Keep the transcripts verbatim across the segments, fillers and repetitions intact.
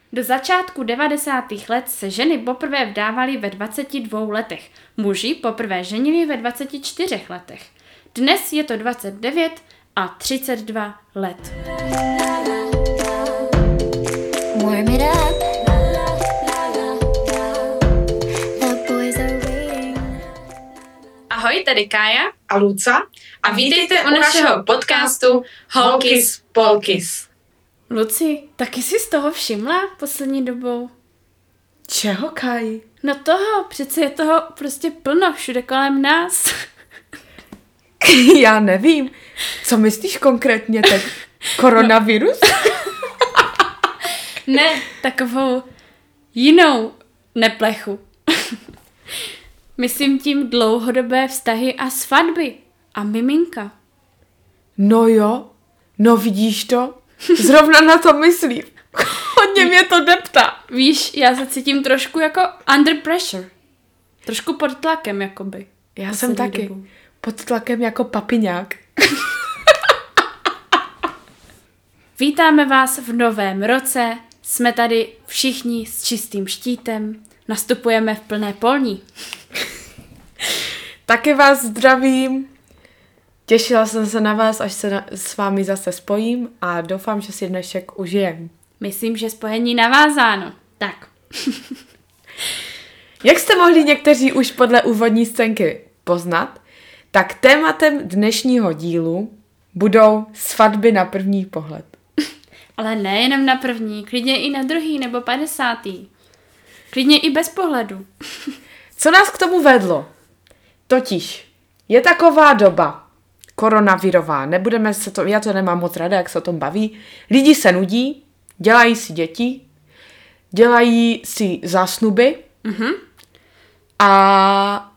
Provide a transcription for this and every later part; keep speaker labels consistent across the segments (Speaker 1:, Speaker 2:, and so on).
Speaker 1: Do začátku devadesátých let se ženy poprvé vdávaly ve dvaceti dvou letech. Muži poprvé ženili ve dvaceti čtyřech letech. Dnes je to dvacet devět a třicet dva let. Warm it up. Ahoj, tady Kája
Speaker 2: a Luca
Speaker 1: a vítejte u našeho podcastu Holkys Polkys. Luci, taky jsi z toho všimla poslední dobou?
Speaker 2: Čeho, Káji?
Speaker 1: No toho, přece je toho prostě plno všude kolem nás.
Speaker 2: Já nevím. Co myslíš konkrétně teď? Koronavirus?
Speaker 1: Ne, takovou jinou neplechu. Myslím tím dlouhodobé vztahy a svatby. A miminka.
Speaker 2: No jo, no vidíš to? Zrovna na to myslím. Hodně mě to deptá.
Speaker 1: Víš, já se cítím trošku jako under pressure. Trošku pod tlakem, jakoby.
Speaker 2: Já jsem taky. Dobu. Pod tlakem jako papiňák.
Speaker 1: Vítáme vás v novém roce. Jsme tady všichni s čistým štítem. Nastupujeme v plné polní.
Speaker 2: Taky vás zdravím. Těšila jsem se na vás, až se na, s vámi zase spojím a doufám, že si dnešek užijem.
Speaker 1: Myslím, že spojení navázáno. Tak.
Speaker 2: Jak jste mohli někteří už podle úvodní scénky poznat, tak tématem dnešního dílu budou svatby na první pohled.
Speaker 1: Ale nejenom na první, klidně i na druhý nebo padesátý. Klidně i bez pohledu.
Speaker 2: Co nás k tomu vedlo? Totiž je taková doba koronavirová, nebudeme se to, já to nemám moc ráda, jak se o tom baví. Lidi se nudí, dělají si děti, dělají si zásnuby mm-hmm. a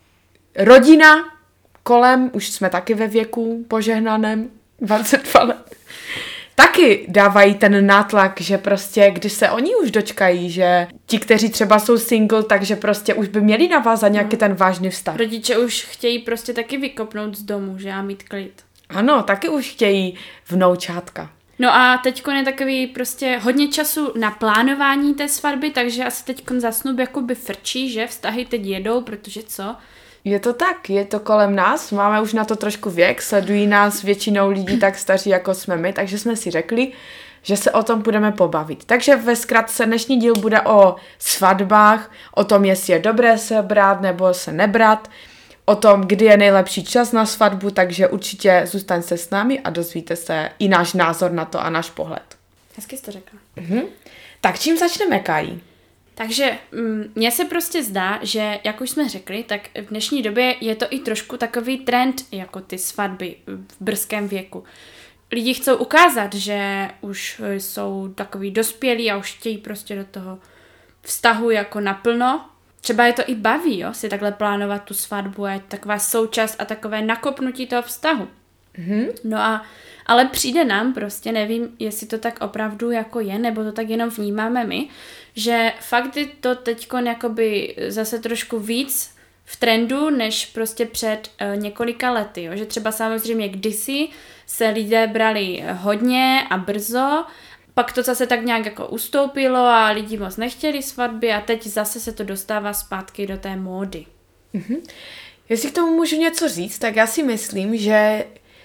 Speaker 2: rodina kolem, už jsme taky ve věku požehnaném, dvacet dva let, taky dávají ten nátlak, že prostě, když se oni už dočkají, že ti, kteří třeba jsou single, takže prostě už by měli navázat nějaký ten vážný vztah.
Speaker 1: Rodiče už chtějí prostě taky vykopnout z domu, že a mít klid.
Speaker 2: Ano, taky už chtějí vnoučátka.
Speaker 1: No a teďkon je takový prostě hodně času na plánování té svatby, takže asi teďkon za snub jakoby frčí, že vztahy teď jedou, protože co?
Speaker 2: Je to tak, je to kolem nás, máme už na to trošku věk, sledují nás většinou lidí tak staří, jako jsme my, takže jsme si řekli, že se o tom budeme pobavit. Takže ve zkratce dnešní díl bude o svatbách, o tom, jestli je dobré se brát nebo se nebrat, o tom, kdy je nejlepší čas na svatbu, takže určitě zůstaňte s námi a dozvíte se i náš názor na to a náš pohled.
Speaker 1: Hezky jsi to řekla.
Speaker 2: Mhm. Tak čím začneme, Káji?
Speaker 1: Takže mně se prostě zdá, že jak už jsme řekli, tak v dnešní době je to i trošku takový trend jako ty svatby v brzkém věku. Lidi chcou ukázat, že už jsou takový dospělí a už chtějí prostě do toho vztahu jako naplno. Třeba je to i baví, jo, si takhle plánovat tu svatbu a je taková součást a takové nakopnutí toho vztahu. Mm-hmm. No a ale přijde nám prostě, nevím, jestli to tak opravdu jako je, nebo to tak jenom vnímáme my, že fakt je to teďkon jakoby zase trošku víc v trendu, než prostě před uh, několika lety, jo? Že třeba samozřejmě kdysi se lidé brali hodně a brzo, pak to zase tak nějak jako ustoupilo a lidi moc nechtěli svatby a teď zase se to dostává zpátky do té módy.
Speaker 2: Mm-hmm. Jestli k tomu můžu něco říct, tak já si myslím, že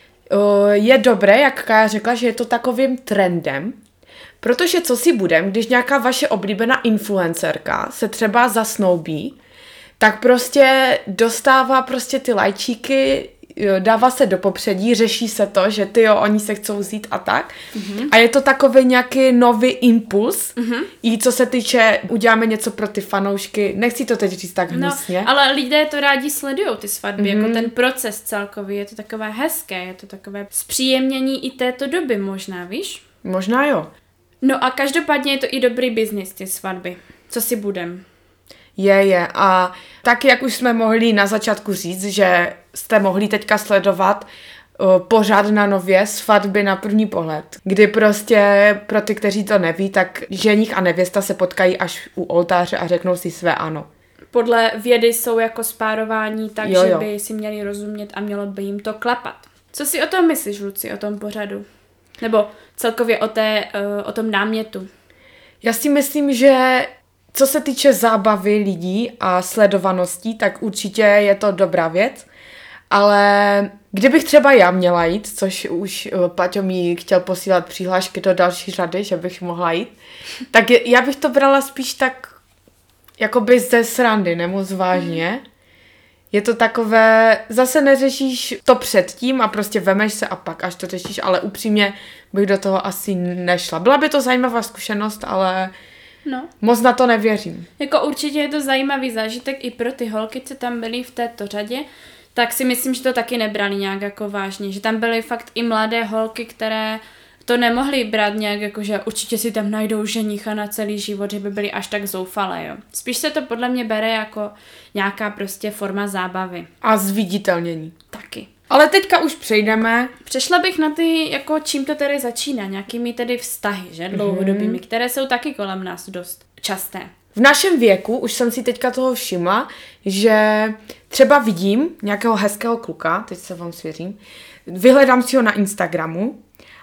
Speaker 2: je dobré, jak Kája řekla, že je to takovým trendem, protože co si budem, když nějaká vaše oblíbená influencerka se třeba zasnoubí, tak prostě dostává prostě ty lajčíky, dává se do popředí, řeší se to, že ty jo, oni se chcou vzít a tak. Mm-hmm. A je to takový nějaký nový impuls, mm-hmm. i co se týče, uděláme něco pro ty fanoušky, nechci to teď říct tak hnusně.
Speaker 1: No, ale lidé to rádi sledujou, ty svatby, mm-hmm. jako ten proces celkový, je to takové hezké, je to takové zpříjemnění i této doby možná, víš?
Speaker 2: Možná jo.
Speaker 1: No a každopádně je to i dobrý biznis, ty svatby. Co si budem?
Speaker 2: Je, je. A tak, jak už jsme mohli na začátku říct, že jste mohli teďka sledovat uh, pořád na Nově svatby na první pohled, kdy prostě pro ty, kteří to neví, tak ženich a nevěsta se potkají až u oltáře a řeknou si své ano.
Speaker 1: Podle vědy jsou jako spárování, takže by si měli rozumět a mělo by jim to klapat. Co si o tom myslíš, Luci, o tom pořadu? Nebo celkově o, té, uh, o tom námětu?
Speaker 2: Já si myslím, že co se týče zábavy lidí a sledovaností, tak určitě je to dobrá věc, ale kdybych třeba já měla jít, což už Paťo mi chtěl posílat přihlášky do další řady, že bych mohla jít, tak je, já bych to brala spíš tak jakoby ze srandy, nemoc vážně. Je to takové, zase neřešíš to předtím a prostě vemeš se a pak až to řešíš, ale upřímně bych do toho asi nešla. Byla by to zajímavá zkušenost, ale no. Moc na to nevěřím.
Speaker 1: Jako určitě je to zajímavý zážitek i pro ty holky, co tam byly v této řadě, tak si myslím, že to taky nebrali nějak jako vážně, že tam byly fakt i mladé holky, které to nemohli brát nějak jako, že určitě si tam najdou ženicha na celý život, že by byly až tak zoufalé, jo. Spíš se to podle mě bere jako nějaká prostě forma zábavy.
Speaker 2: A zviditelnění.
Speaker 1: Taky.
Speaker 2: Ale teďka už přejdeme.
Speaker 1: Přešla bych na ty, jako čím to tedy začíná, nějakými tedy vztahy, že, dlouhodobými, mm-hmm. které jsou taky kolem nás dost časté.
Speaker 2: V našem věku, už jsem si teďka toho všimla, že třeba vidím nějakého hezkého kluka, teď se vám svěřím, vyhledám si ho na Instagramu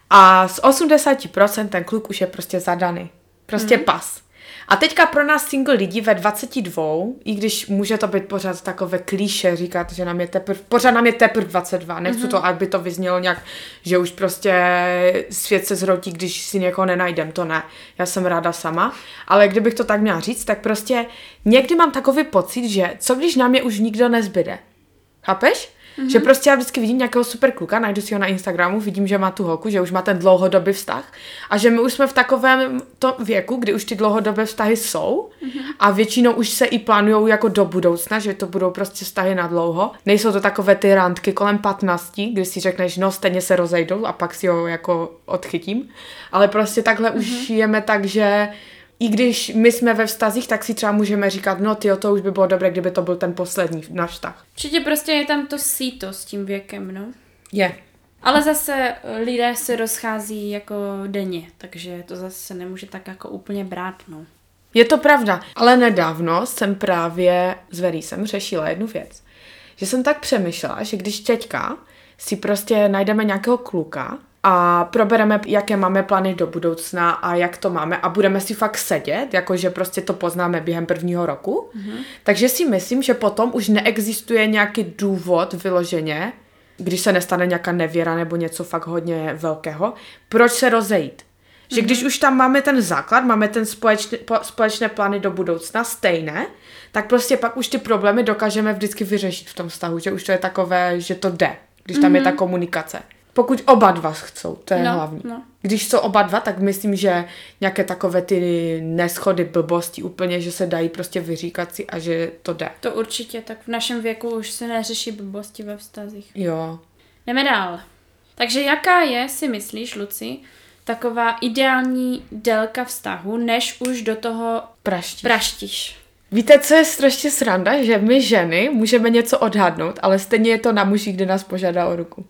Speaker 2: a z osmdesát procent ten kluk už je prostě zadaný. Prostě mm-hmm. pas. A teďka pro nás single lidi ve dvaceti dvou, i když může to být pořád takové klíše říkat, že nám je teprve, pořád nám je teprve dvacet dva. Nechci mm-hmm. to, aby to vyznělo nějak, že už prostě svět se zhroutí, když si někoho nenajdem, to ne. Já jsem ráda sama. Ale kdybych to tak měla říct, tak prostě někdy mám takový pocit, že co když nám je už nikdo nezbyde. Chápeš? Mm-hmm. Že prostě já vždycky vidím nějakého super kluka, najdu si ho na Instagramu, vidím, že má tu holku, že už má ten dlouhodobý vztah a že my už jsme v takovém to věku, kdy už ty dlouhodobé vztahy jsou mm-hmm. a většinou už se i plánujou jako do budoucna, že to budou prostě vztahy na dlouho. Nejsou to takové ty randky kolem patnácti, kdy si řekneš, no stejně se rozejdou a pak si ho jako odchytím, ale prostě takhle mm-hmm. už žijeme tak, že i když my jsme ve vztazích, tak si třeba můžeme říkat, no tyjo, to už by bylo dobré, kdyby to byl ten poslední náš vztah.
Speaker 1: Určitě prostě je tam to síto s tím věkem, no.
Speaker 2: Je.
Speaker 1: Ale zase lidé se rozchází jako denně, takže to zase nemůže tak jako úplně brát, no.
Speaker 2: Je to pravda, ale nedávno jsem právě s Verísem řešila jednu věc. Že jsem tak přemýšlela, že když teďka si prostě najdeme nějakého kluka, a probereme, jaké máme plány do budoucna a jak to máme a budeme si fakt sedět, jakože prostě to poznáme během prvního roku. Mm-hmm. Takže si myslím, že potom už neexistuje nějaký důvod vyloženě, když se nestane nějaká nevěra nebo něco fakt hodně velkého, proč se rozejít. Že mm-hmm. když už tam máme ten základ, máme ten společné, společné plány do budoucna stejné, tak prostě pak už ty problémy dokážeme vždycky vyřešit v tom vztahu, že už to je takové, že to jde, když tam mm-hmm. je ta komunikace. Pokud oba dva chcou, to je
Speaker 1: no,
Speaker 2: hlavní.
Speaker 1: No.
Speaker 2: Když jsou oba dva, tak myslím, že nějaké takové ty neschody, blbosti úplně, že se dají prostě vyříkat si a že to jde.
Speaker 1: To určitě, tak v našem věku už se neřeší blbosti ve vztazích.
Speaker 2: Jo.
Speaker 1: Jdeme dál. Takže jaká je, si myslíš, Luci, taková ideální délka vztahu, než už do toho
Speaker 2: praštíš?
Speaker 1: praštíš?
Speaker 2: Víte, co je strašně sranda? Že my ženy můžeme něco odhadnout, ale stejně je to na mužích, kde nás požádá o ruku.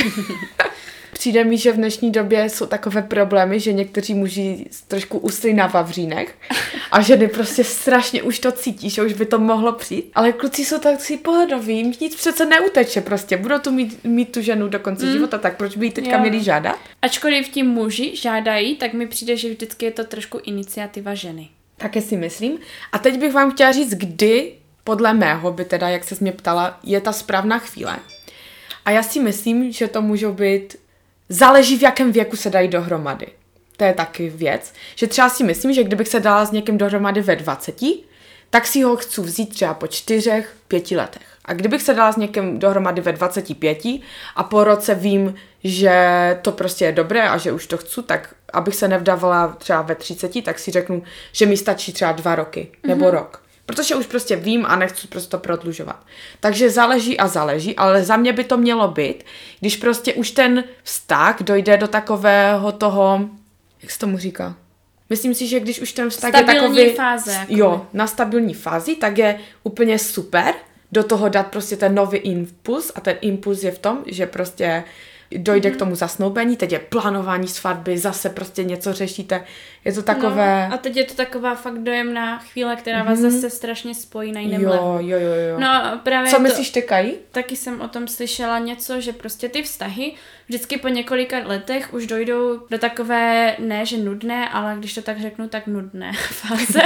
Speaker 2: Přijde mi, že v dnešní době jsou takové problémy, že někteří muži trošku uslí na vavřínech a ženy prostě strašně už to cítí, že už by to mohlo přijít. Ale kluci jsou tak si pohodoví, nic přece neuteče prostě. Budou tu mít, mít tu ženu do konce mm. života, tak proč by ji teďka jo. měli žádat?
Speaker 1: Ačkoliv ti muži žádají, tak mi přijde, že vždycky je to trošku iniciativa ženy.
Speaker 2: Také si myslím. A teď bych vám chtěla říct, kdy, podle mého by teda, jak ses mě ptala, je ta správná chvíle. A já si myslím, že to můžou být, záleží v jakém věku se dají dohromady. To je taky věc. Že třeba si myslím, že kdybych se dala s někým dohromady ve dvaceti, tak si ho chci vzít třeba po čtyřech, pěti letech. A kdybych se dala s někým dohromady ve dvaceti pěti a po roce vím, že to prostě je dobré a že už to chci, tak abych se nevdávala třeba ve třiceti, tak si řeknu, že mi stačí třeba dva roky nebo mm-hmm. rok. Protože už prostě vím a nechci prostě to prodlužovat. Takže záleží a záleží, ale za mě by to mělo být, když prostě už ten vztah dojde do takového toho, jak se tomu říká? Myslím si, že když už ten vztah
Speaker 1: stabilní
Speaker 2: je takový...
Speaker 1: fáze. Jako
Speaker 2: jo, na stabilní fázi, tak je úplně super do toho dát prostě ten nový impuls a ten impuls je v tom, že prostě dojde mm-hmm. k tomu zasnoubení, teď je plánování svatby, zase prostě něco řešíte. Je to takové...
Speaker 1: No, a teď je to taková fakt dojemná chvíle, která vás mm-hmm. zase strašně spojí na jiném
Speaker 2: jo,
Speaker 1: levelu.
Speaker 2: Jo, jo, jo.
Speaker 1: No, právě
Speaker 2: Co
Speaker 1: to,
Speaker 2: myslíš, Kají?
Speaker 1: Taky jsem o tom slyšela něco, že prostě ty vztahy vždycky po několika letech už dojdou do takové, ne že nudné, ale když to tak řeknu, tak nudné fáze.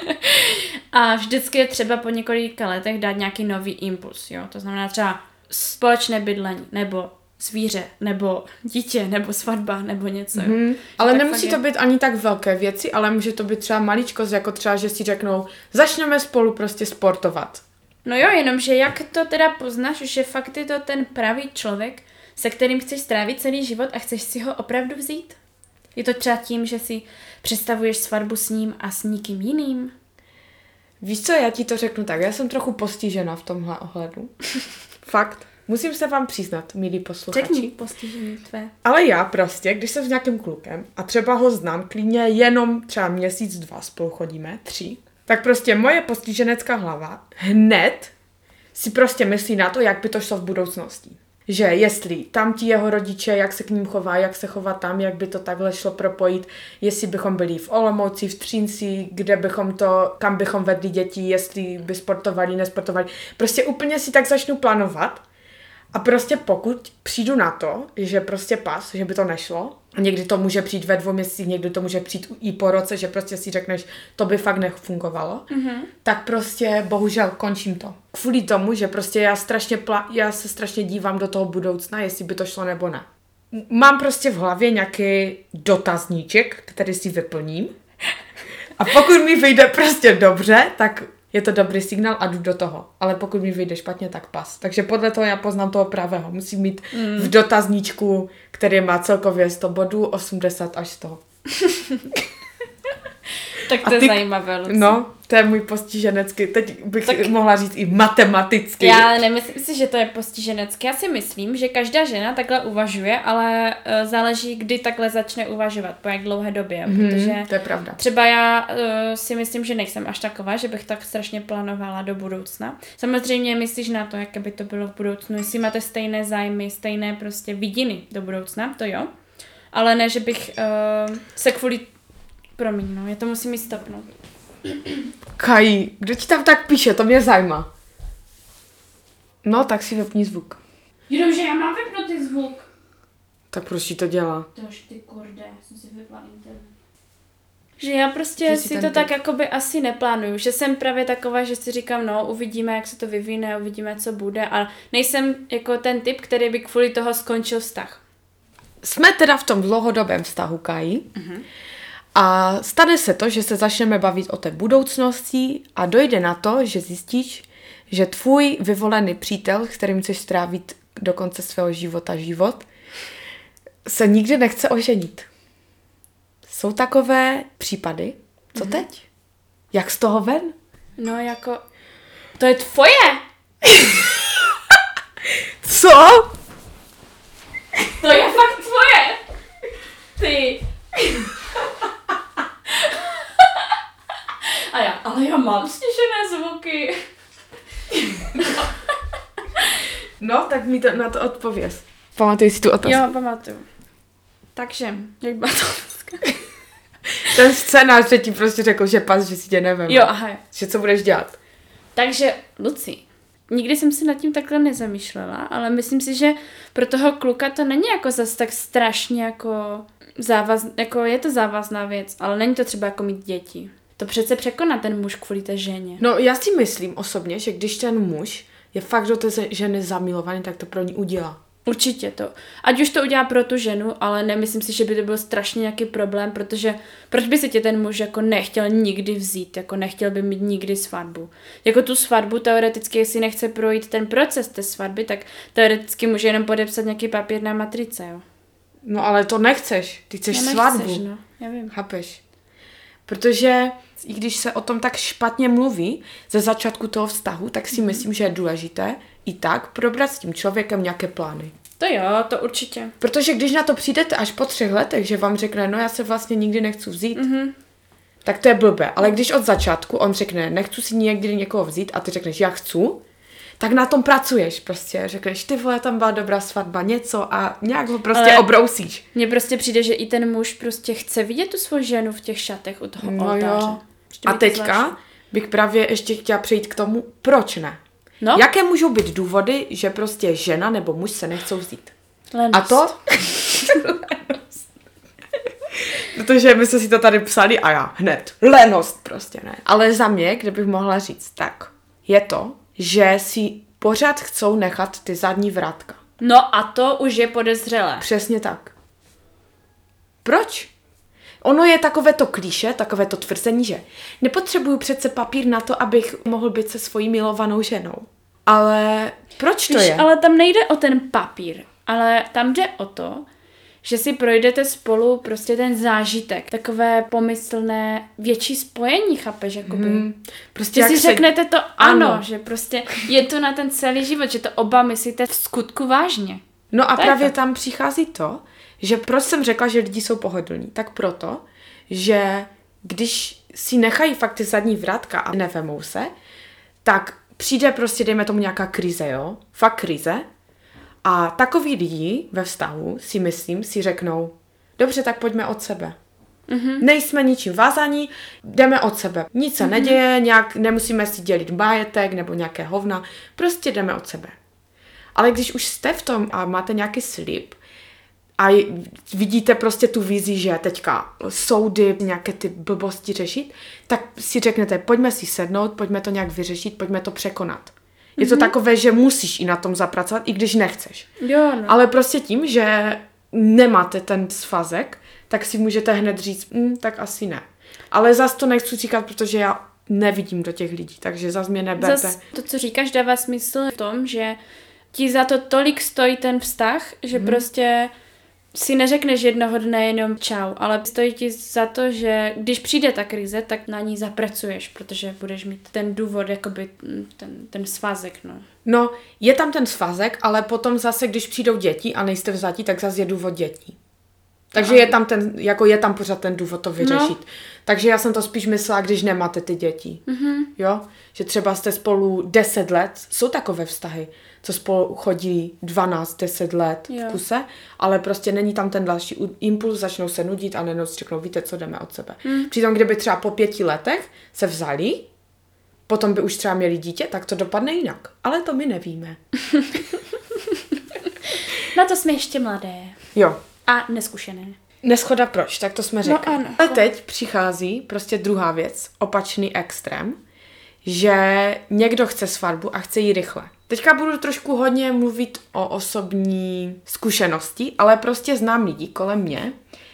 Speaker 1: A vždycky je třeba po několika letech dát nějaký nový impuls, jo. To znamená třeba společné bydlení, nebo zvíře, nebo dítě, nebo svatba, nebo něco.
Speaker 2: Mm-hmm. Ale nemusí to je... být ani tak velké věci, ale může to být třeba maličkost, jako třeba, že si řeknou, začneme spolu prostě sportovat.
Speaker 1: No jo, jenomže jak to teda poznáš, že fakt je to ten pravý člověk, se kterým chceš strávit celý život a chceš si ho opravdu vzít? Je to třeba tím, že si představuješ svatbu s ním a s nikým jiným?
Speaker 2: Víš co, já ti to řeknu tak, já jsem trochu postižena v tomhle ohledu. Fakt. Musím se vám přiznat, milí posluchači.
Speaker 1: Řekni postižení tvé.
Speaker 2: Ale já prostě, když jsem s nějakým klukem a třeba ho znám klidně jenom třeba měsíc, dva spolu chodíme, tři, tak prostě moje postiženecká hlava hned si prostě myslí na to, jak by to šlo v budoucnosti. Že jestli tam ti jeho rodiče, jak se k ním chová, jak se chová tam, jak by to takhle šlo propojit, jestli bychom byli v Olomouci, v Třinci, kde bychom to, kam bychom vedli děti, jestli by sportovali, nesportovali. Prostě úplně si tak začnu plánovat. A prostě pokud přijdu na to, že prostě pas, že by to nešlo, a někdy to může přijít ve dvou měsících, někdy to může přijít i po roce, že prostě si řekneš, to by fakt nefungovalo, mm-hmm. tak prostě bohužel končím to. Kvůli tomu, že prostě já, strašně pla- já se strašně dívám do toho budoucna, jestli by to šlo nebo ne. Mám prostě v hlavě nějaký dotazníček, který si vyplním. A pokud mi vyjde prostě dobře, tak je to dobrý signál a jdu do toho. Ale pokud mi vyjde špatně, tak pas. Takže podle toho já poznám toho pravého. Musím mít mm. v dotazníčku, který má celkově sto bodů, osmdesát až sto.
Speaker 1: Tak to je ty, zajímavé, Luci.
Speaker 2: No, to je můj postiženecký. Teď bych tak mohla říct i matematicky.
Speaker 1: Já nemyslím si, že to je postiženecký. Já si myslím, že každá žena takhle uvažuje, ale uh, záleží, kdy takhle začne uvažovat, po jak dlouhé době.
Speaker 2: Mm,
Speaker 1: protože
Speaker 2: to je pravda.
Speaker 1: Třeba já uh, si myslím, že nejsem až taková, že bych tak strašně plánovala do budoucna. Samozřejmě myslíš na to, jak by to bylo v budoucnu, jestli máte stejné zájmy, stejné prostě vidiny do budoucna, to jo. Ale ne, že bych uh, se kvůli Promiň, no, já to musím i stopnout.
Speaker 2: Kají, kdo ti tam tak píše, to mě zajímá. No, tak si vypni zvuk.
Speaker 1: Jenomže já mám vypnutý zvuk.
Speaker 2: Tak proč ti to dělá?
Speaker 1: Tož ty kurde, jsem si vypla internet. Že já prostě že si, si to tak jakoby asi neplánuju, že jsem právě taková, že si říkám, no, uvidíme, jak se to vyvine, uvidíme, co bude, ale nejsem jako ten typ, který by kvůli toho skončil vztah.
Speaker 2: Jsme teda v tom dlouhodobém vztahu, Kají. Uh-huh. A stane se to, že se začneme bavit o té budoucnosti a dojde na to, že zjistíš, že tvůj vyvolený přítel, s kterým chceš strávit do konce svého života život, se nikdy nechce oženit. Jsou takové případy. Co mm-hmm. teď? Jak z toho ven?
Speaker 1: No jako... To je tvoje!
Speaker 2: Co?
Speaker 1: To je fakt tvoje! Ty... A já, ale já mám stěžené zvuky.
Speaker 2: No, tak mi to na to odpověz. Pamatuj si tu otázku.
Speaker 1: Jo, pamatuju. Takže, jak byla to otázka?
Speaker 2: Ten scénář, že ti prostě řekl, že pas, že si tě nevím.
Speaker 1: Jo, aha.
Speaker 2: Že co budeš dělat.
Speaker 1: Takže, Luci, nikdy jsem se nad tím takhle nezamýšlela, ale myslím si, že pro toho kluka to není jako zase tak strašně jako závaz, jako je to závazná věc, ale není to třeba jako mít děti. To přece překoná ten muž kvůli té ženě.
Speaker 2: No já si myslím osobně, že když ten muž je fakt do té ženy zamilovaný, tak to pro ní udělá.
Speaker 1: Určitě to. Ať už to udělá pro tu ženu, ale nemyslím si, že by to byl strašně nějaký problém, protože proč by si tě ten muž jako nechtěl nikdy vzít, jako nechtěl by mít nikdy svatbu. Jako tu svatbu teoreticky, jestli nechce projít ten proces té svatby, tak teoreticky může jenom podepsat nějaký papír na matrice, jo.
Speaker 2: No ale to nechceš, ty chceš
Speaker 1: no,
Speaker 2: svatbu.
Speaker 1: Nechceš, no, já vím.
Speaker 2: Chápeš? Protože i když se o tom tak špatně mluví ze začátku toho vztahu, tak si mm. myslím, že je důležité i tak probrat s tím člověkem nějaké plány.
Speaker 1: To jo, to určitě.
Speaker 2: Protože když na to přijdete až po třech letech, že vám řekne, no já se vlastně nikdy nechci vzít, mm-hmm. tak to je blbé. Ale když od začátku on řekne, nechci si někdy někoho vzít a ty řekneš, já chci, tak na tom pracuješ prostě. Řekneš, ty vole, tam byla dobrá svatba, něco a nějak ho prostě
Speaker 1: Ale
Speaker 2: obrousíš.
Speaker 1: Mně prostě přijde, že i ten muž prostě chce vidět tu svou ženu v těch šatech u toho
Speaker 2: No
Speaker 1: oltáře.
Speaker 2: jo. A teďka bych právě ještě chtěla přejít k tomu, proč ne?
Speaker 1: No?
Speaker 2: Jaké můžou být důvody, že prostě žena nebo muž se nechcou vzít?
Speaker 1: Lenost.
Speaker 2: A to? Protože my jsme si to tady psali a já hned. Lenost prostě ne. Ale za mě, kdybych mohla říct, tak je to, že si pořád chcou nechat ty zadní vrátka.
Speaker 1: No a to už je podezřelé.
Speaker 2: Přesně tak. Proč? Ono je takové to klíše, takové to tvrzení, že nepotřebuju přece papír na to, abych mohl být se svojí milovanou ženou. Ale proč to
Speaker 1: Víš,
Speaker 2: je?
Speaker 1: ale tam nejde o ten papír, ale tam jde o to, že si projdete spolu prostě ten zážitek, takové pomyslné větší spojení, chápeš, jakoby.
Speaker 2: Hmm, prostě
Speaker 1: Že si
Speaker 2: se...
Speaker 1: řeknete to ano,
Speaker 2: Ano.
Speaker 1: že prostě je to na ten celý život, že to oba myslíte v skutku vážně.
Speaker 2: No a
Speaker 1: To je
Speaker 2: právě
Speaker 1: to.
Speaker 2: tam přichází to, že proč jsem řekla, že lidi jsou pohodlní? Tak proto, že když si nechají fakt ty zadní vrátka a nevemou se, tak přijde prostě, dejme tomu nějaká krize, jo? Fakt krize. A takový lidi ve vztahu si myslím, si řeknou, dobře, tak pojďme od sebe. Mm-hmm. Nejsme ničím vázaní, jdeme od sebe. Nic se mm-hmm. neděje, nějak nemusíme si dělit majetek nebo nějaké hovna, prostě jdeme od sebe. Ale když už jste v tom a máte nějaký slib a vidíte prostě tu vizi, že teďka soudy, nějaké ty blbosti řešit, tak si řeknete, pojďme si sednout, pojďme to nějak vyřešit, pojďme to překonat. Je to mm-hmm. takové, že musíš i na tom zapracovat, i když nechceš.
Speaker 1: Jo, no.
Speaker 2: Ale prostě tím, že nemáte ten svazek, tak si můžete hned říct, hm, tak asi ne. Ale zas to nechci říkat, protože já nevidím do těch lidí, takže zas mě neberte.
Speaker 1: Zas to, co říkáš, dává smysl v tom, že ti za to tolik stojí ten vztah, že hmm. prostě si neřekneš jednoho dne jenom čau, ale stojí ti za to, že když přijde ta krize, tak na ní zapracuješ, protože budeš mít ten důvod, jakoby ten, ten svazek, no.
Speaker 2: No, je tam ten svazek, ale potom zase, když přijdou děti a nejste vzatí, tak zase je důvod dětí. Takže
Speaker 1: no.
Speaker 2: je tam ten, jako je tam pořád ten důvod to vyřešit. No. Takže já jsem to spíš myslela, když nemáte ty děti. Mm-hmm. Jo? Že třeba jste spolu deset let, jsou takové vztahy, co spolu chodí dvanáct deset let
Speaker 1: jo.
Speaker 2: v kuse, ale prostě není tam ten další impuls, začnou se nudit a nenou si řeknou, víte co, jdeme od sebe. Mm. Přitom, kdyby třeba po pěti letech se vzali, potom by už třeba měli dítě, tak to dopadne jinak. Ale to my nevíme.
Speaker 1: Na to jsme ještě mladé.
Speaker 2: Jo.
Speaker 1: A neskušené.
Speaker 2: Neschoda proč, tak to jsme řekli.
Speaker 1: No ano.
Speaker 2: A teď přichází prostě druhá věc, opačný extrém, že někdo chce svatbu a chce ji rychle. Teďka budu trošku hodně mluvit o osobní zkušenosti, ale prostě znám lidi kolem mě,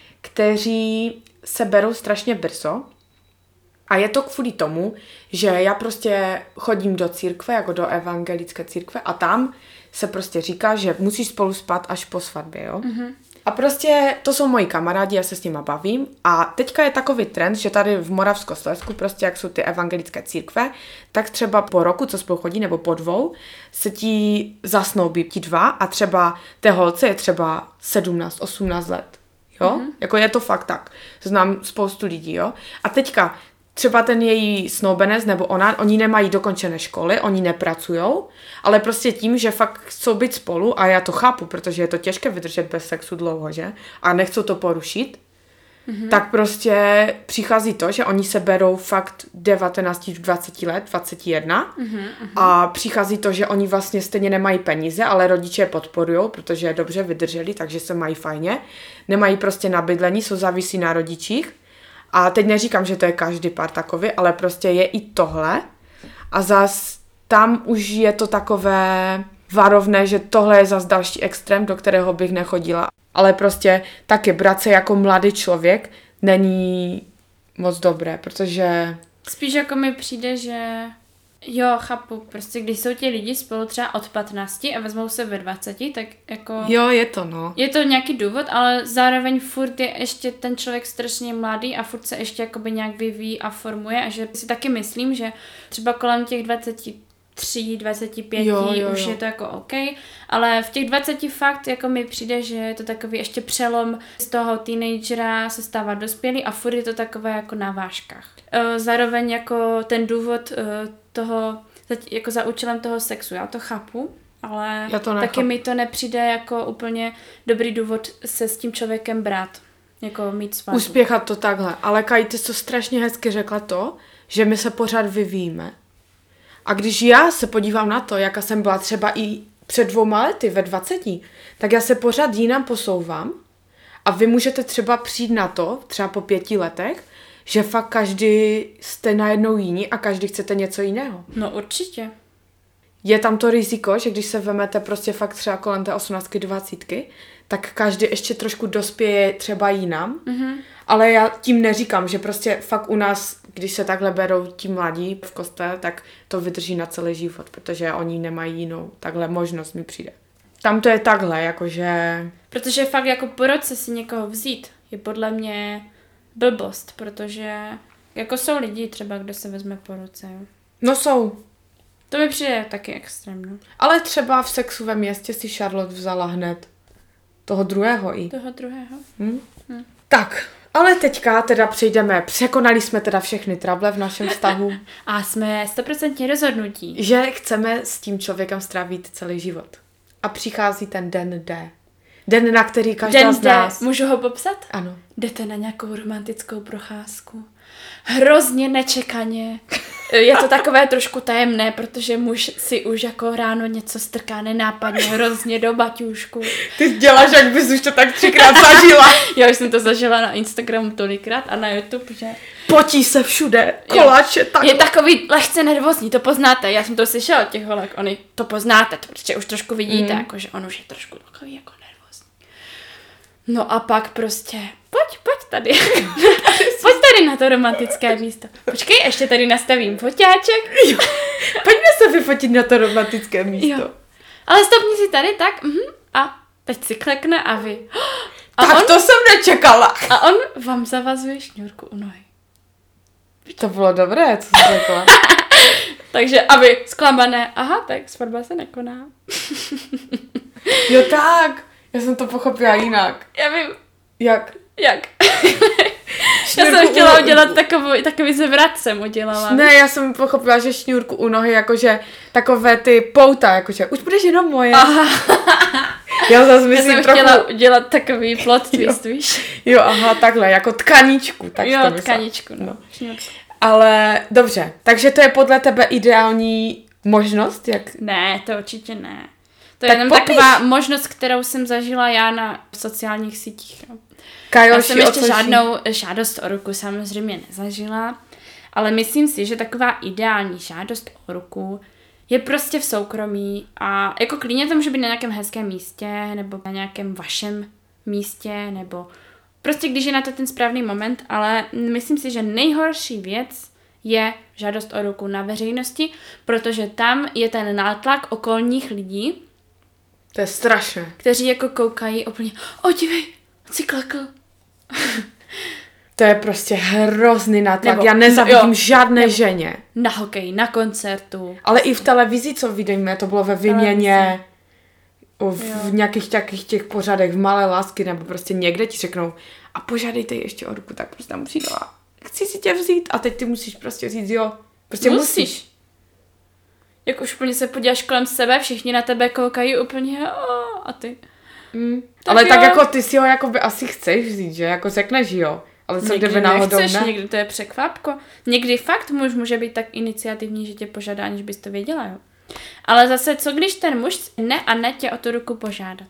Speaker 2: kteří se berou strašně brzo. A je to kvůli tomu, že já prostě chodím do církve, jako do evangelické církve a tam se prostě říká, že musíš spolu spát až po svatbě, jo? Mm-hmm. A prostě to jsou moji kamarádi, já se s nima bavím a teďka je takový trend, že tady v Moravskoslezsku prostě jak jsou ty evangelické církve, tak třeba po roku, co spolu chodí, nebo po dvou, se ti zasnoubí ti dva a třeba té holce je třeba sedmnáct osmnáct let, jo? Mm-hmm. Jako je to fakt tak. Znám spoustu lidí, jo? A teďka třeba ten její snoubenec nebo ona, oni nemají dokončené školy, oni nepracujou, ale prostě tím, že fakt chcou být spolu a já to chápu, protože je to těžké vydržet bez sexu dlouho, že? A nechcou to porušit, mm-hmm. tak prostě přichází to, že oni se berou fakt devatenáct dvacet let, dvacet jedna mm-hmm. a přichází to, že oni vlastně stejně nemají peníze, ale rodiče je podporujou, protože je dobře vydrželi, takže se mají fajně. Nemají prostě na bydlení, jsou závisí na rodičích. A teď neříkám, že to je každý pár takový, ale prostě je i tohle. A zas tam už je to takové varovné, že tohle je zas další extrém, do kterého bych nechodila. Ale prostě taky brát se jako mladý člověk není moc dobré, protože...
Speaker 1: Spíš jako mi přijde, že... Jo, chápu, prostě když jsou ti lidi spolu třeba od patnácti a vezmou se ve dvaceti, tak jako...
Speaker 2: Jo, je to, no.
Speaker 1: Je to nějaký důvod, ale zároveň furt je ještě ten člověk strašně mladý a furt se ještě jakoby nějak vyvíjí a formuje a že si taky myslím, že třeba kolem těch dvaceti tři, dvaceti pěti jo, jo, už jo. je to jako OK, ale v těch dvaceti fakt jako mi přijde, že je to takový ještě přelom z toho teenagera se stává dospělý a furt je to takové jako na vážkách. Zároveň jako ten důvod toho za, jako za účelem toho sexu. Já to chápu, ale
Speaker 2: Já to
Speaker 1: taky mi to nepřijde jako úplně dobrý důvod se s tím člověkem brát. Jako mít svatbu.
Speaker 2: Uspěchat to takhle. Ale Kaj, ty jsi to strašně hezky řekla to, že my se pořád vyvíjíme. A když já se podívám na to, jaká jsem byla třeba i před dvouma lety, ve dvaceti, tak já se pořád jinam posouvám a vy můžete třeba přijít na to, třeba po pěti letech, že fakt každý jste najednou jiní a každý chcete něco jiného.
Speaker 1: No určitě.
Speaker 2: Je tam to riziko, že když se vemete prostě fakt třeba kolem té osmnáctky, dvacítky, tak každý ještě trošku dospěje třeba jinam. Mm-hmm. Ale já tím neříkám, že prostě fakt u nás, když se takhle berou ti mladí v kostele, tak to vydrží na celý život, protože oni nemají jinou takhle možnost, mi přijde. Tam to je takhle, jakože...
Speaker 1: Protože fakt jako po roce si někoho vzít je podle mě blbost, protože jako jsou lidi třeba, kdo se vezme po roce, jo.
Speaker 2: No jsou.
Speaker 1: To mi přijde taky extrémně.
Speaker 2: Ale třeba v Sexu ve městě si Charlotte vzala hned toho druhého i.
Speaker 1: Toho druhého.
Speaker 2: Hm? Hm. Tak, ale teďka teda přejdeme, překonali jsme teda všechny trable v našem vztahu.
Speaker 1: A jsme stoprocentně rozhodnutí.
Speaker 2: Že chceme s tím člověkem strávit celý život. A přichází ten den D. Den, na který každá
Speaker 1: den
Speaker 2: z nás...
Speaker 1: D. Můžu ho popsat?
Speaker 2: Ano.
Speaker 1: Jdete na nějakou romantickou procházku. Hrozně nečekaně. Je to takové trošku tajemné, protože muž si už jako ráno něco strká nenápadně hrozně do baťůžku.
Speaker 2: Ty děláš, jak bys už to tak třikrát zažila.
Speaker 1: Já už jsem to zažila na Instagramu tolikrát a na YouTube, že...
Speaker 2: Potí se všude, koláče, tak.
Speaker 1: Je takový lehce nervózní, to poznáte. Já jsem to slyšela od těch holek, oni to poznáte, to prostě už trošku vidíte, mm. jako, že on už je trošku takový jako nervózní. No a pak prostě, pojď, pojď tady. Pojď tady na to romantické místo. Počkej, ještě tady nastavím foťáček.
Speaker 2: Jo. Pojďme se vyfotit na to romantické místo. Jo.
Speaker 1: Ale stopni si tady, tak, mhm, a teď si klekne a vy. A
Speaker 2: tak
Speaker 1: on,
Speaker 2: to jsem nečekala.
Speaker 1: A on vám zavazuje šňůrku u nohy.
Speaker 2: To bylo dobré, co jsi řekla.
Speaker 1: Takže a vy zklamané, aha, tak svatba se nekoná.
Speaker 2: Jo tak, já jsem to pochopila jinak.
Speaker 1: Já vím.
Speaker 2: Jak?
Speaker 1: Jak? Já jsem chtěla udělat takový, takový zvrat jsem udělala.
Speaker 2: Ne, já jsem pochopila, že šňůrku u nohy, jakože takové ty pouta, jakože už budeš jenom moje. Aha. Já zase myslím
Speaker 1: já jsem
Speaker 2: trochu...
Speaker 1: chtěla udělat takový plot twist, jo. Víš?
Speaker 2: Jo, aha, takhle, jako tkaničku. Tak
Speaker 1: jo,
Speaker 2: to
Speaker 1: tkaničku, no. no.
Speaker 2: Ale dobře, takže to je podle tebe ideální možnost? Jak...
Speaker 1: Ne, to určitě ne. To je
Speaker 2: tak
Speaker 1: jenom
Speaker 2: popiš.
Speaker 1: Taková možnost, kterou jsem zažila já na sociálních sítích.
Speaker 2: Kajoši,
Speaker 1: já jsem ještě
Speaker 2: ocoši.
Speaker 1: žádnou žádost o ruku samozřejmě nezažila, ale myslím si, že taková ideální žádost o ruku je prostě v soukromí a jako klidně to může být na nějakém hezkém místě nebo na nějakém vašem místě nebo prostě když je na to ten správný moment, ale myslím si, že nejhorší věc je žádost o ruku na veřejnosti, protože tam je ten nátlak okolních lidí.
Speaker 2: To je strašné.
Speaker 1: Kteří jako koukají úplně, o dívej, si klekl.
Speaker 2: To je prostě hrozný nátlak.
Speaker 1: Nebo,
Speaker 2: já nezavidím
Speaker 1: jo,
Speaker 2: žádné
Speaker 1: nebo
Speaker 2: ženě.
Speaker 1: Na hokej, na koncertu.
Speaker 2: Ale i v televizi, co vidíme, to bylo ve Výměně, v, v nějakých takových těch pořadech, v Malé lásky, nebo prostě někde ti řeknou a požádejte ještě o ruku, tak prostě tam přijdu a chci si tě vzít a teď ty musíš prostě říct jo. Prostě musíš. musíš.
Speaker 1: Jak už úplně se podíváš kolem sebe, všichni na tebe koukají úplně a ty.
Speaker 2: Mm. Tak ale jo. Tak jako ty si ho jako by asi chceš vzít, že? Jako řekneš jo. Ale co
Speaker 1: někdy
Speaker 2: kdyby náhodou
Speaker 1: nechceš,
Speaker 2: ne?
Speaker 1: Někdy to je překvapko. Někdy fakt muž může být tak iniciativní, že tě požádá, aniž bys to věděla, jo. Ale zase, co když ten muž ne a ne tě o tu ruku požádat?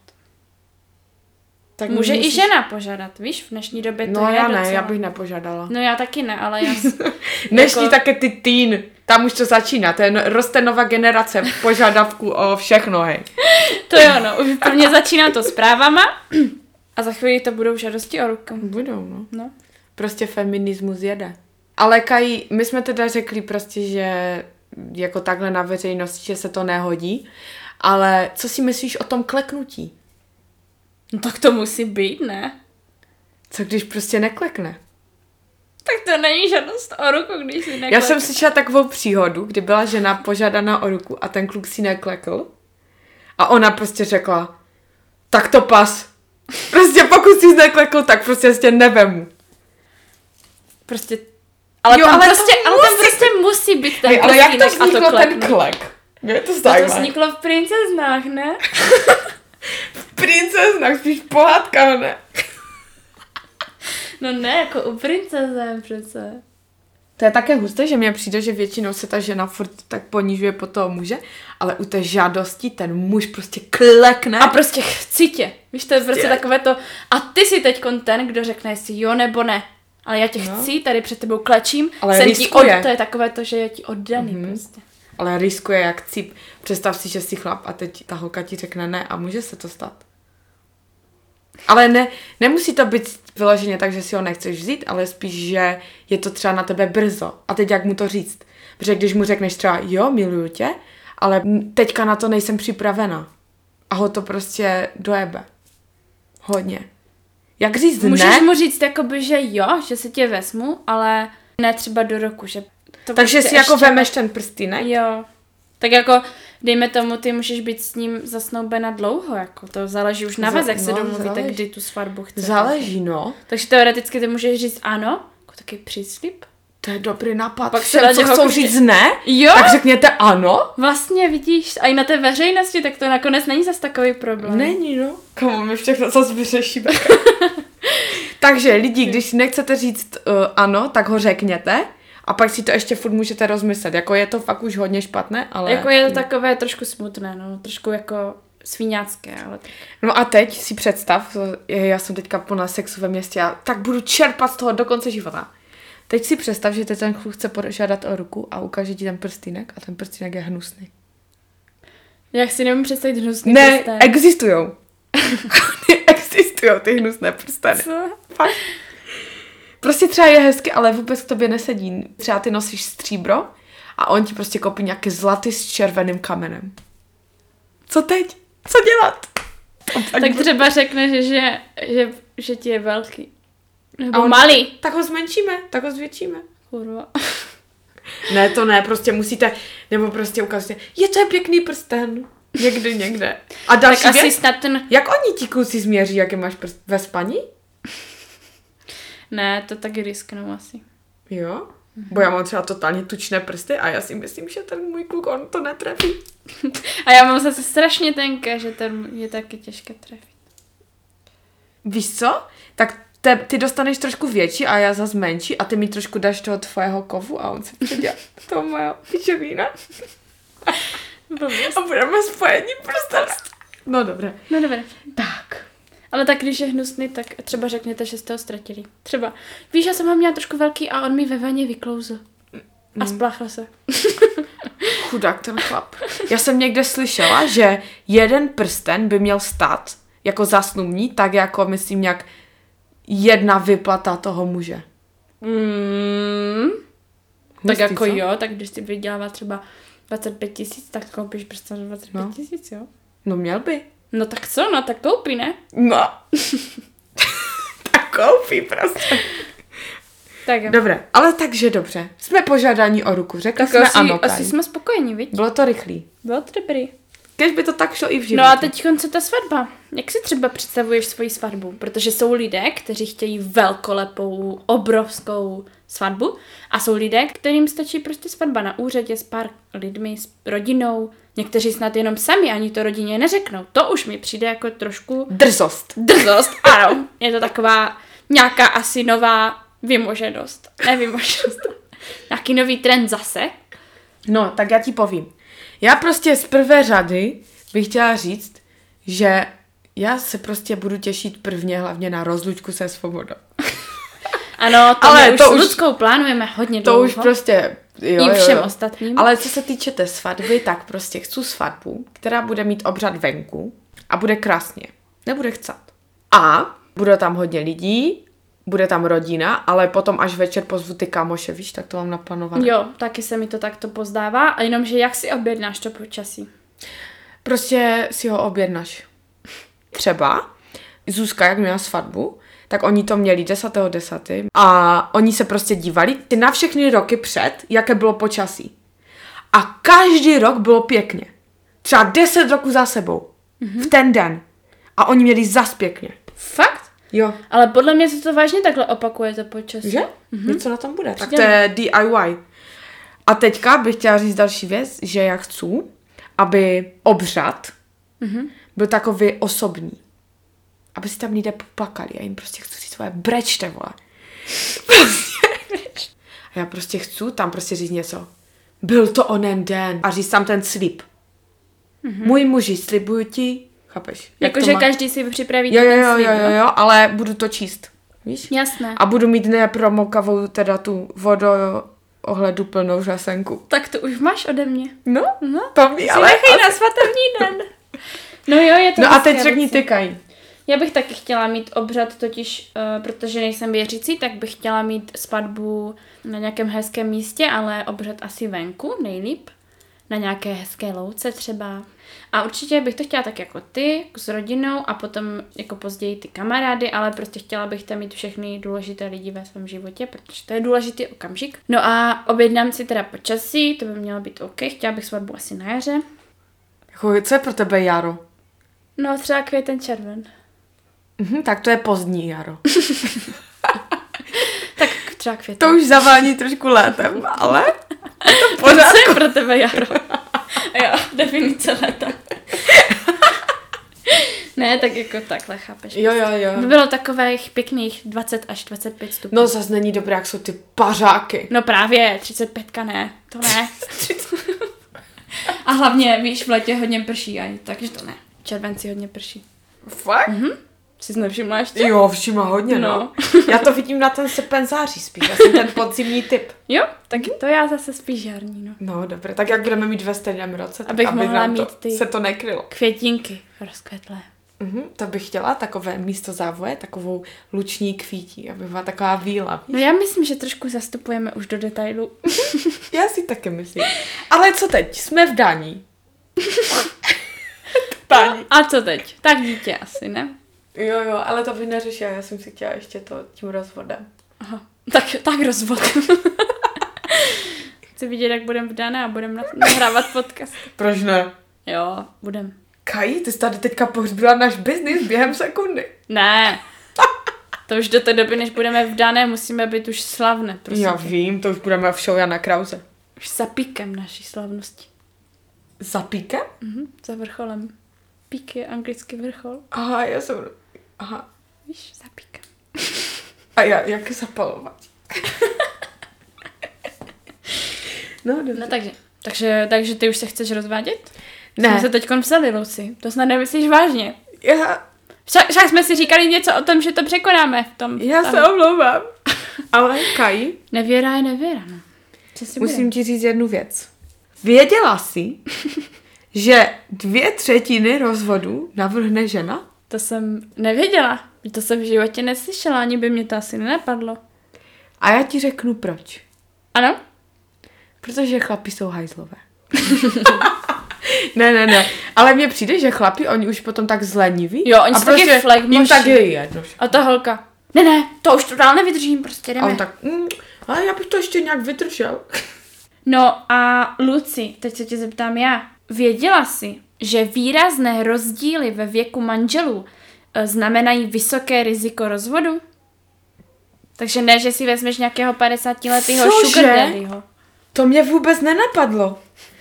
Speaker 1: Tak může musíš... i žena požádat, víš, v dnešní době to
Speaker 2: no,
Speaker 1: je
Speaker 2: já ne,
Speaker 1: docela...
Speaker 2: já bych nepožádala.
Speaker 1: No já taky ne, ale já...
Speaker 2: Dnešní
Speaker 1: jako...
Speaker 2: také ty teen, tam už to začíná, to je roste nová generace požadavku o všechno, hej.
Speaker 1: To jo, no, už prvně začíná to zprávama a za chvíli to budou žádosti o ruku.
Speaker 2: Budou, no.
Speaker 1: no.
Speaker 2: Prostě feminismus jede. Ale Kaji, my jsme teda řekli prostě, že jako takhle na veřejnosti, že se to nehodí, ale co si myslíš o tom kleknutí?
Speaker 1: No tak to musí být, ne?
Speaker 2: Co když prostě neklekne?
Speaker 1: Tak to není žádost o ruku, když si neklekne.
Speaker 2: Já jsem slyšela takovou příhodu, kdy byla žena požádaná o ruku a ten kluk si neklekl a ona prostě řekla, tak to pas. Prostě pokud jsi neklekl, tak prostě tě nevemu.
Speaker 1: Prostě, Ale,
Speaker 2: Jo,
Speaker 1: tam,
Speaker 2: ale
Speaker 1: prostě,
Speaker 2: to
Speaker 1: ale tam
Speaker 2: musí
Speaker 1: prostě musí být ten
Speaker 2: Hej, ale jak to
Speaker 1: prstínek a
Speaker 2: vzniklo
Speaker 1: to
Speaker 2: ten
Speaker 1: kleknout.
Speaker 2: klek? Mě to
Speaker 1: To, to
Speaker 2: zajímá.
Speaker 1: vzniklo v princeznách, ne?
Speaker 2: V princeznách, spíš v pohádkách, ne?
Speaker 1: No ne, jako u princeze přece.
Speaker 2: To je také husté, že mně přijde, že většinou se ta žena furt tak ponižuje po toho muže, ale u té žádosti ten muž prostě klekne.
Speaker 1: A prostě chci tě. Víš, to je prostě
Speaker 2: Chci.
Speaker 1: takové to, a ty jsi teď ten, kdo řekne jestli jo nebo ne. Ale já tě
Speaker 2: No.
Speaker 1: chci, tady před tebou klečím,
Speaker 2: Ale
Speaker 1: jsem ti
Speaker 2: riskuje.
Speaker 1: od, to je takové to, že je ti oddaný
Speaker 2: Mhm.
Speaker 1: prostě.
Speaker 2: Ale riskuje jak cip. Představ si, že jsi chlap a teď ta holka ti řekne ne a může se to stát. Ale ne, nemusí to být vyloženě tak, že si ho nechceš vzít, ale spíš, že je to třeba na tebe brzo. A teď jak mu to říct? Protože když mu řekneš třeba jo, miluju tě, ale teďka na to nejsem připravena. A ho to prostě dojebe. Hodně. Jak říct
Speaker 1: Můžeš
Speaker 2: ne?
Speaker 1: mu říct jakoby, že jo, že si tě vezmu, ale ne třeba do roku, že to
Speaker 2: Takže
Speaker 1: prostě
Speaker 2: si jako
Speaker 1: ještě-
Speaker 2: vemeš ten prstýnek?
Speaker 1: Jo. Tak jako, dejme tomu, ty můžeš být s ním zasnoubena dlouho, jako to záleží už na
Speaker 2: Za-
Speaker 1: vás, jak se
Speaker 2: no,
Speaker 1: domluvíte,
Speaker 2: záleží.
Speaker 1: kdy tu svatbu chcete.
Speaker 2: Záleží, no.
Speaker 1: Takže teoreticky ty můžeš říct ano, jako taky příslib.
Speaker 2: To je dobrý nápad.
Speaker 1: Pak se
Speaker 2: Všem,
Speaker 1: na
Speaker 2: co
Speaker 1: něho
Speaker 2: chcou
Speaker 1: prostě-
Speaker 2: říct ne,
Speaker 1: Jo,
Speaker 2: tak řekněte ano.
Speaker 1: vlastně vidíš, a i na té veřejnosti, tak to nakonec není zas takový problém.
Speaker 2: Není, no. Komu my všechno zase vyřešíme. Takže lidi, když si nechcete říct uh, ano, tak ho řekněte a pak si to ještě furt můžete rozmyslet. Jako je to fakt už hodně špatné, ale...
Speaker 1: Jako je to takové trošku smutné, no, trošku jako svíňácké, ale tak.
Speaker 2: No a teď si představ, já jsem teďka plná sexu ve městě a tak budu čerpat z toho do konce života. Teď si představ, že teď ten kluk chce požádat o ruku a ukáže ti ten prstýnek a ten prstýnek je hnusný.
Speaker 1: Jak si nemůžu představit hnusný
Speaker 2: Ne,
Speaker 1: prsten.
Speaker 2: existujou. Existujou ty hnusné prsteny.
Speaker 1: Co?
Speaker 2: Fakt. Prostě třeba je hezky, ale vůbec k tobě nesedí. Třeba ty nosíš stříbro a on ti prostě koupí nějaký zlatý s červeným kamenem. Co teď? Co dělat?
Speaker 1: Tak třeba řekne, že, že, že, že ti je velký. Nebo
Speaker 2: A on-
Speaker 1: malý.
Speaker 2: Tak ho zmenšíme, tak ho zvětšíme.
Speaker 1: Kurva.
Speaker 2: Ne, to ne, prostě musíte, nebo prostě ukazujete, je to je pěkný prsten. Někdy, někde. A další
Speaker 1: Tak asi
Speaker 2: věc,
Speaker 1: snad ten...
Speaker 2: jak oni ti kluci změří, jaký máš prst ve spaní?
Speaker 1: Ne, to taky risknou asi.
Speaker 2: Jo? Mm-hmm. Bo já mám třeba totálně tučné prsty a já si myslím, že ten můj kluk, on to netrefí.
Speaker 1: A já mám zase strašně tenké, že ten je taky těžké trefit.
Speaker 2: Víš co? Tak te, ty dostaneš trošku větší a já zase menší a ty mi trošku dáš toho tvojeho kovu a on se předělá toho mojeho pičovína. A budeme spojení prostě. No dobré.
Speaker 1: No dobré.
Speaker 2: Tak.
Speaker 1: Ale tak když je hnusný, tak třeba řekněte, že jste ho ztratili. Třeba, víš, já jsem ho měla trošku velký a on mi ve vaně vyklouzl. A spláchla se.
Speaker 2: Chudák ten chlap. Já jsem někde slyšela, že jeden prsten by měl stát jako zasnubní, tak jako myslím nějak jedna vyplata toho muže.
Speaker 1: Mm. Tak
Speaker 2: Hustý,
Speaker 1: jako
Speaker 2: co?
Speaker 1: jo, tak když si vydělává třeba dvacet pět tisíc, tak koupíš prostě za dvacet pět
Speaker 2: No.
Speaker 1: tisíc, jo?
Speaker 2: No měl by.
Speaker 1: No tak co, no tak koupí, ne?
Speaker 2: No. Tak koupí prostě.
Speaker 1: Tak jo.
Speaker 2: Dobré, ale takže dobře. Jsme požádáni o ruku, řekli
Speaker 1: Tak
Speaker 2: jsme
Speaker 1: asi,
Speaker 2: ano,
Speaker 1: asi
Speaker 2: Kaj.
Speaker 1: jsme spokojeni, viď?
Speaker 2: Bylo to rychlý.
Speaker 1: Bylo to dobrý.
Speaker 2: Kež by to tak šlo i v životě.
Speaker 1: No a teď co ta svatba? Jak si třeba představuješ svoji svatbu? Protože jsou lidé, kteří chtějí velkolepou, obrovskou svatbu a jsou lidé, kterým stačí prostě svatba na úřadě s pár lidmi, s rodinou. Někteří snad jenom sami ani to rodině neřeknou. To už mi přijde jako trošku
Speaker 2: Drzost.
Speaker 1: drzost. Ano, je to taková nějaká asi nová vymoženost. Ne vymoženost. Nějaký nový trend zase.
Speaker 2: No, tak já ti povím. Já prostě z prvé řady bych chtěla říct, že já se prostě budu těšit prvně hlavně na rozlučku se svobodou.
Speaker 1: Ano, to
Speaker 2: Ale
Speaker 1: my už
Speaker 2: to
Speaker 1: s
Speaker 2: už-
Speaker 1: Luckou plánujeme hodně
Speaker 2: To
Speaker 1: dlouho.
Speaker 2: už prostě... Jo,
Speaker 1: I
Speaker 2: jo,
Speaker 1: všem
Speaker 2: jo.
Speaker 1: ostatním.
Speaker 2: Ale co se týče té svatby, tak prostě chci svatbu, která bude mít obřad venku a bude krásně. Nebude chcát. A bude tam hodně lidí, bude tam rodina, ale potom až večer pozvu ty kámoše, víš, tak to mám naplánované.
Speaker 1: Jo, taky se mi to takto pozdává, a jenomže jak si objednáš to počasí?
Speaker 2: Prostě si ho objednáš. Třeba Zuzka, jak měla svatbu, tak oni to měli desátého desátého a oni se prostě dívali ty na všechny roky před, jaké bylo počasí. A každý rok bylo pěkně. Třeba deset roků za sebou. Mm-hmm. V ten den. A oni měli zas pěkně.
Speaker 1: Fakt?
Speaker 2: Jo.
Speaker 1: Ale podle mě se to vážně takhle opakuje to počasí.
Speaker 2: Že? Mhm. Něco na tom bude. Tak to je D I Y. A teďka bych chtěla říct další věc, že já chci, aby obřad mm-hmm. byl takový osobní. Aby si tam lidé poplakali. Já jim prostě chci říct svoje brečte, vole. A já prostě chci tam prostě říct něco. Byl to onen den. A říct tam ten slib. Mm-hmm. Můj muži, slibuju ti. Chápeš?
Speaker 1: Jakože každý si připraví
Speaker 2: jo,
Speaker 1: ten
Speaker 2: jo,
Speaker 1: slib,
Speaker 2: jo, jo, jo, ale budu to číst. Víš?
Speaker 1: Jasné.
Speaker 2: A budu mít nepromokavou teda tu vodu ohledu plnou žasenku.
Speaker 1: Tak to už máš ode mě.
Speaker 2: No,
Speaker 1: no.
Speaker 2: to mi ale...
Speaker 1: Si na svatební den. No jo, je to
Speaker 2: No a teď řekni ty, Kaj.
Speaker 1: Já bych taky chtěla mít obřad, totiž, uh, protože nejsem věřící, tak bych chtěla mít svatbu na nějakém hezkém místě, ale obřad asi venku, nejlíp. Na nějaké hezké louce třeba. A určitě bych to chtěla tak jako ty, s rodinou a potom jako později ty kamarády, ale prostě chtěla bych tam mít všechny důležité lidi ve svém životě, protože to je důležitý okamžik. No a objednám si teda počasí, to by mělo být OK, chtěla bych svatbu asi na jaře.
Speaker 2: Jako, co je pro tebe jaro?
Speaker 1: No třeba květen, červen.
Speaker 2: Mhm, tak to je pozdní jaro.
Speaker 1: Tak třeba květen.
Speaker 2: To už zavání trošku létem, ale je to pořád.
Speaker 1: Co je pro tebe jaro? Jo, definice léta. Ne, tak jako takhle, chápeš?
Speaker 2: Jo, jo, jo.
Speaker 1: By bylo takových pěkných dvacet až dvacet pět stupňů.
Speaker 2: No zase není dobré, jak jsou ty pařáky.
Speaker 1: No právě, třicet pět ne, to ne. A hlavně, víš, v létě hodně prší, ani, takže to ne. V červenci hodně prší.
Speaker 2: Fakt?
Speaker 1: Mhm. Jsi nevšimla ještě?
Speaker 2: Jo, všimla hodně, no. no. Já to vidím na ten srpen září spíš, já jsem ten podzimní typ.
Speaker 1: Jo, tak to já zase spíš žární, no.
Speaker 2: No, dobré, tak jak budeme mít ve stejném roce, tak
Speaker 1: abych
Speaker 2: aby
Speaker 1: mohla
Speaker 2: nám
Speaker 1: mít
Speaker 2: to,
Speaker 1: ty
Speaker 2: se to nekrylo.
Speaker 1: květinky rozkvetlé.
Speaker 2: Mhm, to bych chtěla, takové místo závoje, takovou luční kvítí, aby byla taková víla.
Speaker 1: No já myslím, že trošku zastupujeme už do detailu.
Speaker 2: Já si taky myslím. Ale co teď? Jsme v Dání.
Speaker 1: Dání. A co teď? Tak dítě asi, ne?
Speaker 2: Jo, jo, ale to by neřešila, já jsem si chtěla ještě to tím rozvodem.
Speaker 1: Aha, tak, tak rozvod. Chci vidět, jak budeme vdané a budeme nahrávat podcast.
Speaker 2: Proč ne?
Speaker 1: Jo, budem.
Speaker 2: Kaj, ty jsi tady teďka pohřbila náš biznis během sekundy.
Speaker 1: Ne, to už do té doby, než budeme vdané, musíme být už slavné. Prosím.
Speaker 2: Já vím, to už budeme v show Jana Krause.
Speaker 1: Už za píkem naší slavnosti.
Speaker 2: Za píkem?
Speaker 1: Mhm, za vrcholem. Pík je anglický vrchol.
Speaker 2: Aha, já jsem... Aha.
Speaker 1: Víš, za píkem.
Speaker 2: A já, jak zapalovat? No, dobře.
Speaker 1: No takže, takže, takže ty už se chceš rozvádět?
Speaker 2: Ne.
Speaker 1: Jsme se teďkon vzali, Luci. To snad nemyslíš vážně.
Speaker 2: Já...
Speaker 1: Však, však jsme si říkali něco o tom, že to překonáme v tom.
Speaker 2: Já
Speaker 1: tam.
Speaker 2: se omlouvám. Ale Kaj...
Speaker 1: Nevěra je nevěra, no. Co si
Speaker 2: Musím
Speaker 1: budem?
Speaker 2: ti říct jednu věc. Věděla jsi, že dvě třetiny rozvodu navrhne žena?
Speaker 1: To jsem nevěděla. To jsem v životě neslyšela, ani by mě to asi nenapadlo.
Speaker 2: A já ti řeknu proč.
Speaker 1: Ano?
Speaker 2: Protože chlapi jsou hajzlové. ne, ne, ne. Ale mně přijde, že chlapi, oni už potom tak zleniví.
Speaker 1: Jo, oni
Speaker 2: a
Speaker 1: jsou taky
Speaker 2: prostě
Speaker 1: flagmoši.
Speaker 2: jim tak je jedno.
Speaker 1: A ta holka. Ne, ne, to už to dál nevydržím, prostě jdeme.
Speaker 2: A on tak, mm, ale já bych to ještě nějak vydržel.
Speaker 1: No a Luci, teď se tě zeptám já. Věděla jsi, že výrazné rozdíly ve věku manželů e, znamenají vysoké riziko rozvodu? Takže ne, že si vezmeš nějakého padesátiletého sugar daddyho.
Speaker 2: To mě vůbec nenapadlo.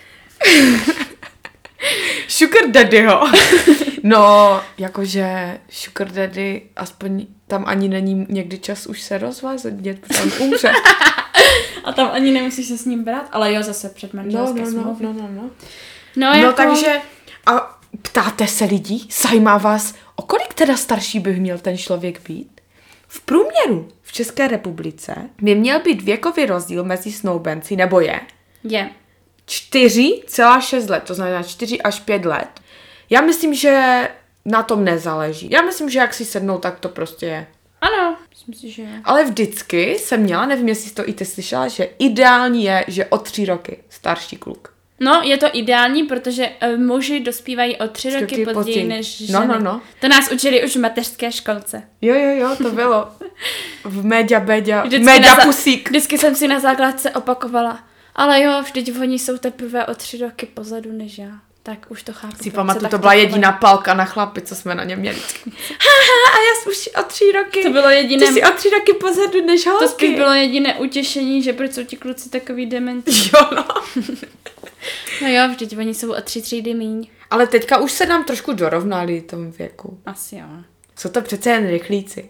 Speaker 2: Sugar daddyho. No, jakože sugar daddy, aspoň tam ani není někdy čas už se rozvázet, protože on umře.
Speaker 1: A tam ani nemusíš se s ním brát, ale jo, zase před manželské
Speaker 2: no, no,
Speaker 1: smlouvy.
Speaker 2: no, no, no, no.
Speaker 1: No,
Speaker 2: No
Speaker 1: jako...
Speaker 2: takže, a ptáte se lidí, zajímá vás, o kolik teda starší by měl ten člověk být? V průměru v České republice by měl být věkový rozdíl mezi snoubenci, nebo je?
Speaker 1: Je.
Speaker 2: čtyři celá šest let, to znamená čtyři až pět let. Já myslím, že na tom nezáleží. Já myslím, že jak si sednou, tak to prostě je.
Speaker 1: Ano, myslím si, že je.
Speaker 2: Ale vždycky jsem měla, nevím, jestli jsi to i ty slyšela, že ideální je, že o tři roky starší kluk.
Speaker 1: No, je to ideální, protože uh, muži dospívají o tři roky,
Speaker 2: roky
Speaker 1: později
Speaker 2: později.
Speaker 1: než ženy.
Speaker 2: No, no, no.
Speaker 1: To nás učili už v mateřské školce.
Speaker 2: Jo, jo, jo, to bylo. V Méďa Béďa,
Speaker 1: Vždycky
Speaker 2: Méďa
Speaker 1: na za-
Speaker 2: Pusík.
Speaker 1: Vždycky jsem si na základce opakovala. Ale jo, vždyť oni jsou teprve o tři roky pozadu než já. tak už to chápu.
Speaker 2: Si pamatuju, to byla jediná palka na chlapy, co jsme na něm měli. Haha, a já jsem už o tři roky.
Speaker 1: To bylo jediné...
Speaker 2: Ty jsi o tři roky pozadu než holky.
Speaker 1: To spíš bylo jediné utěšení, že proč jsou ti kluci takový dementní.
Speaker 2: Jo, no.
Speaker 1: No jo, vždyť oni jsou o tři třídy míň.
Speaker 2: Ale teďka už se nám trošku dorovnali tomu věku.
Speaker 1: Asi jo.
Speaker 2: Jsou to přece jen rychlíci.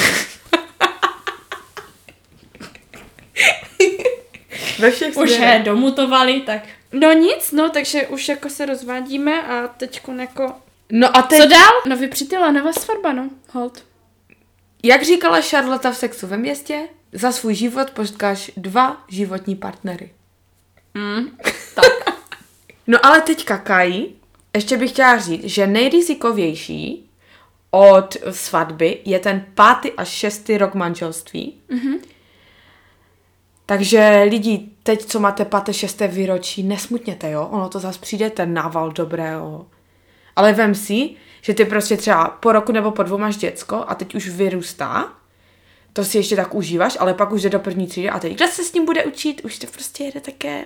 Speaker 2: Ve všech
Speaker 1: už je domutovali, tak... No nic, no, takže už jako se rozvádíme a teďko jako...
Speaker 2: No a teď...
Speaker 1: Co dál? No vypřítila nová svatba, no, hold.
Speaker 2: Jak říkala Charlotte v Sexu ve městě, za svůj život potkáš dva životní partnery.
Speaker 1: Mm, tak.
Speaker 2: No ale teďka, Kai, ještě bych chtěla říct, že nejrizikovější od svatby je ten pátý až šestý rok manželství. Mm-hmm. Takže lidi, teď, co máte páté, šesté výročí, nesmutněte, jo? Ono to zase přijde ten nával dobrého. Ale vem si, že ty prostě třeba po roku nebo po dvou máš děcko a teď už vyrůstá, to si ještě tak užíváš, ale pak už jde do první třídy a teď kdo se s ním bude učit, už to prostě jede také.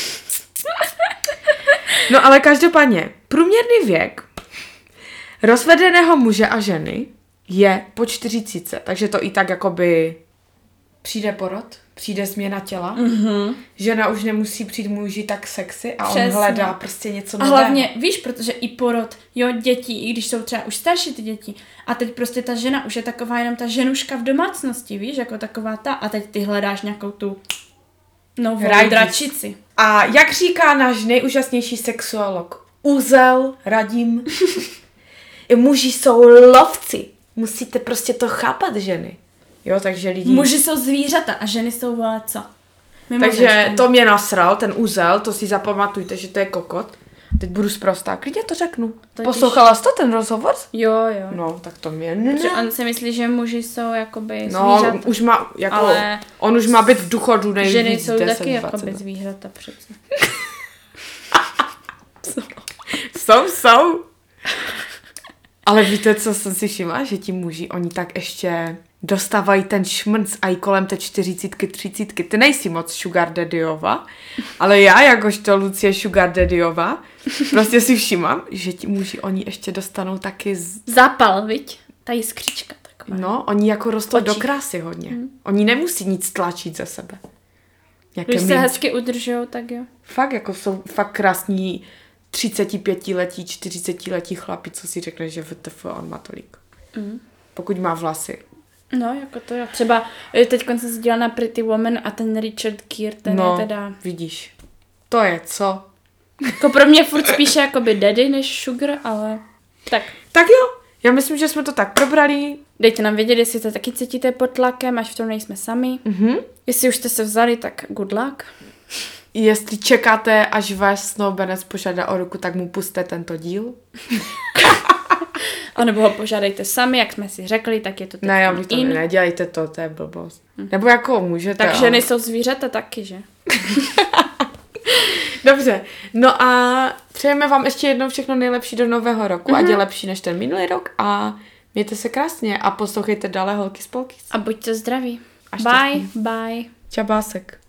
Speaker 2: No ale každopádně, průměrný věk rozvedeného muže a ženy je po čtyřicítce, takže to i tak jakoby přijde porod, přijde změna těla, mm-hmm. žena už nemusí přijít muži tak sexy a Přesně. on hledá prostě něco nového.
Speaker 1: A hlavně, víš, protože i porod, jo, děti, i když jsou třeba už starší ty děti, a teď prostě ta žena už je taková jenom ta ženuška v domácnosti, víš, jako taková ta, a teď ty hledáš nějakou tu novou Radíc. dračici.
Speaker 2: A jak říká náš nejúžasnější sexuolog, Uzel, Radim, muži jsou lovci, musíte prostě to chápat, ženy. Jo, takže lidi...
Speaker 1: Muži jsou zvířata a ženy jsou vole co?
Speaker 2: Takže to mě nasral, ten Uzel, to si zapamatujte, že to je kokot. Teď budu sprostá, klidně to řeknu. Totiž... Poslouchala jsi to, ten rozhovor?
Speaker 1: Jo, jo.
Speaker 2: No, tak to mě ne.
Speaker 1: Protože on si myslí, že muži jsou jakoby
Speaker 2: no,
Speaker 1: zvířata.
Speaker 2: No, už má, jako,
Speaker 1: ale
Speaker 2: on už má být v důchodu nejvíc.
Speaker 1: Ženy jsou
Speaker 2: deset,
Speaker 1: taky jakoby zvířata přece.
Speaker 2: jsou, jsou. Ale víte, co jsem si všimla? Že ti muži, oni tak ještě dostávají ten šmrnc a i kolem té čtyřicítky, třicítky. Ty nejsi moc sugar daddyova, ale já, jakožto Lucie sugar daddyova, prostě si všimám, že ti muži, oni ještě dostanou taky z...
Speaker 1: Zápal, viď? Ta jiskřička taková.
Speaker 2: No, oni jako rostou Očí. do krásy hodně. Hmm. Oni nemusí nic tlačit ze sebe.
Speaker 1: Jaké Když se minč. hezky udržujou, tak jo.
Speaker 2: Fakt, jako jsou fakt krásní třicetipětiletí, čtyřicetiletí chlapi, co si řekne, že V T F on má tolik. Mm. Pokud má vlasy.
Speaker 1: No, jako to jo. Třeba teď jsem se dělala na Pretty Woman a ten Richard Gere, ten
Speaker 2: no,
Speaker 1: je teda...
Speaker 2: vidíš. To je co?
Speaker 1: Jako pro mě furt spíše jakoby daddy než sugar, ale tak.
Speaker 2: Tak jo, já myslím, že jsme to tak probrali.
Speaker 1: Dejte nám vědět, jestli to taky cítíte pod tlakem, až v tom nejsme sami. Mm-hmm. Jestli už jste se vzali, tak good luck.
Speaker 2: Jestli čekáte, až váš snoubenec požádá o ruku, tak mu puste tento díl.
Speaker 1: A nebo ho požádejte sami, jak jsme si řekli, tak je to teď
Speaker 2: Ne, já bych to in. nedělejte to, to je blbost. Hm. Nebo jako můžete.
Speaker 1: Tak ženy ale... jsou zvířata taky, že?
Speaker 2: Dobře, no a přejeme vám ještě jednou všechno nejlepší do nového roku, mm-hmm. ať je lepší než ten minulý rok a mějte se krásně a poslouchejte dále Holky spolky.
Speaker 1: A buďte zdraví. Bye, bye.
Speaker 2: Čabásek.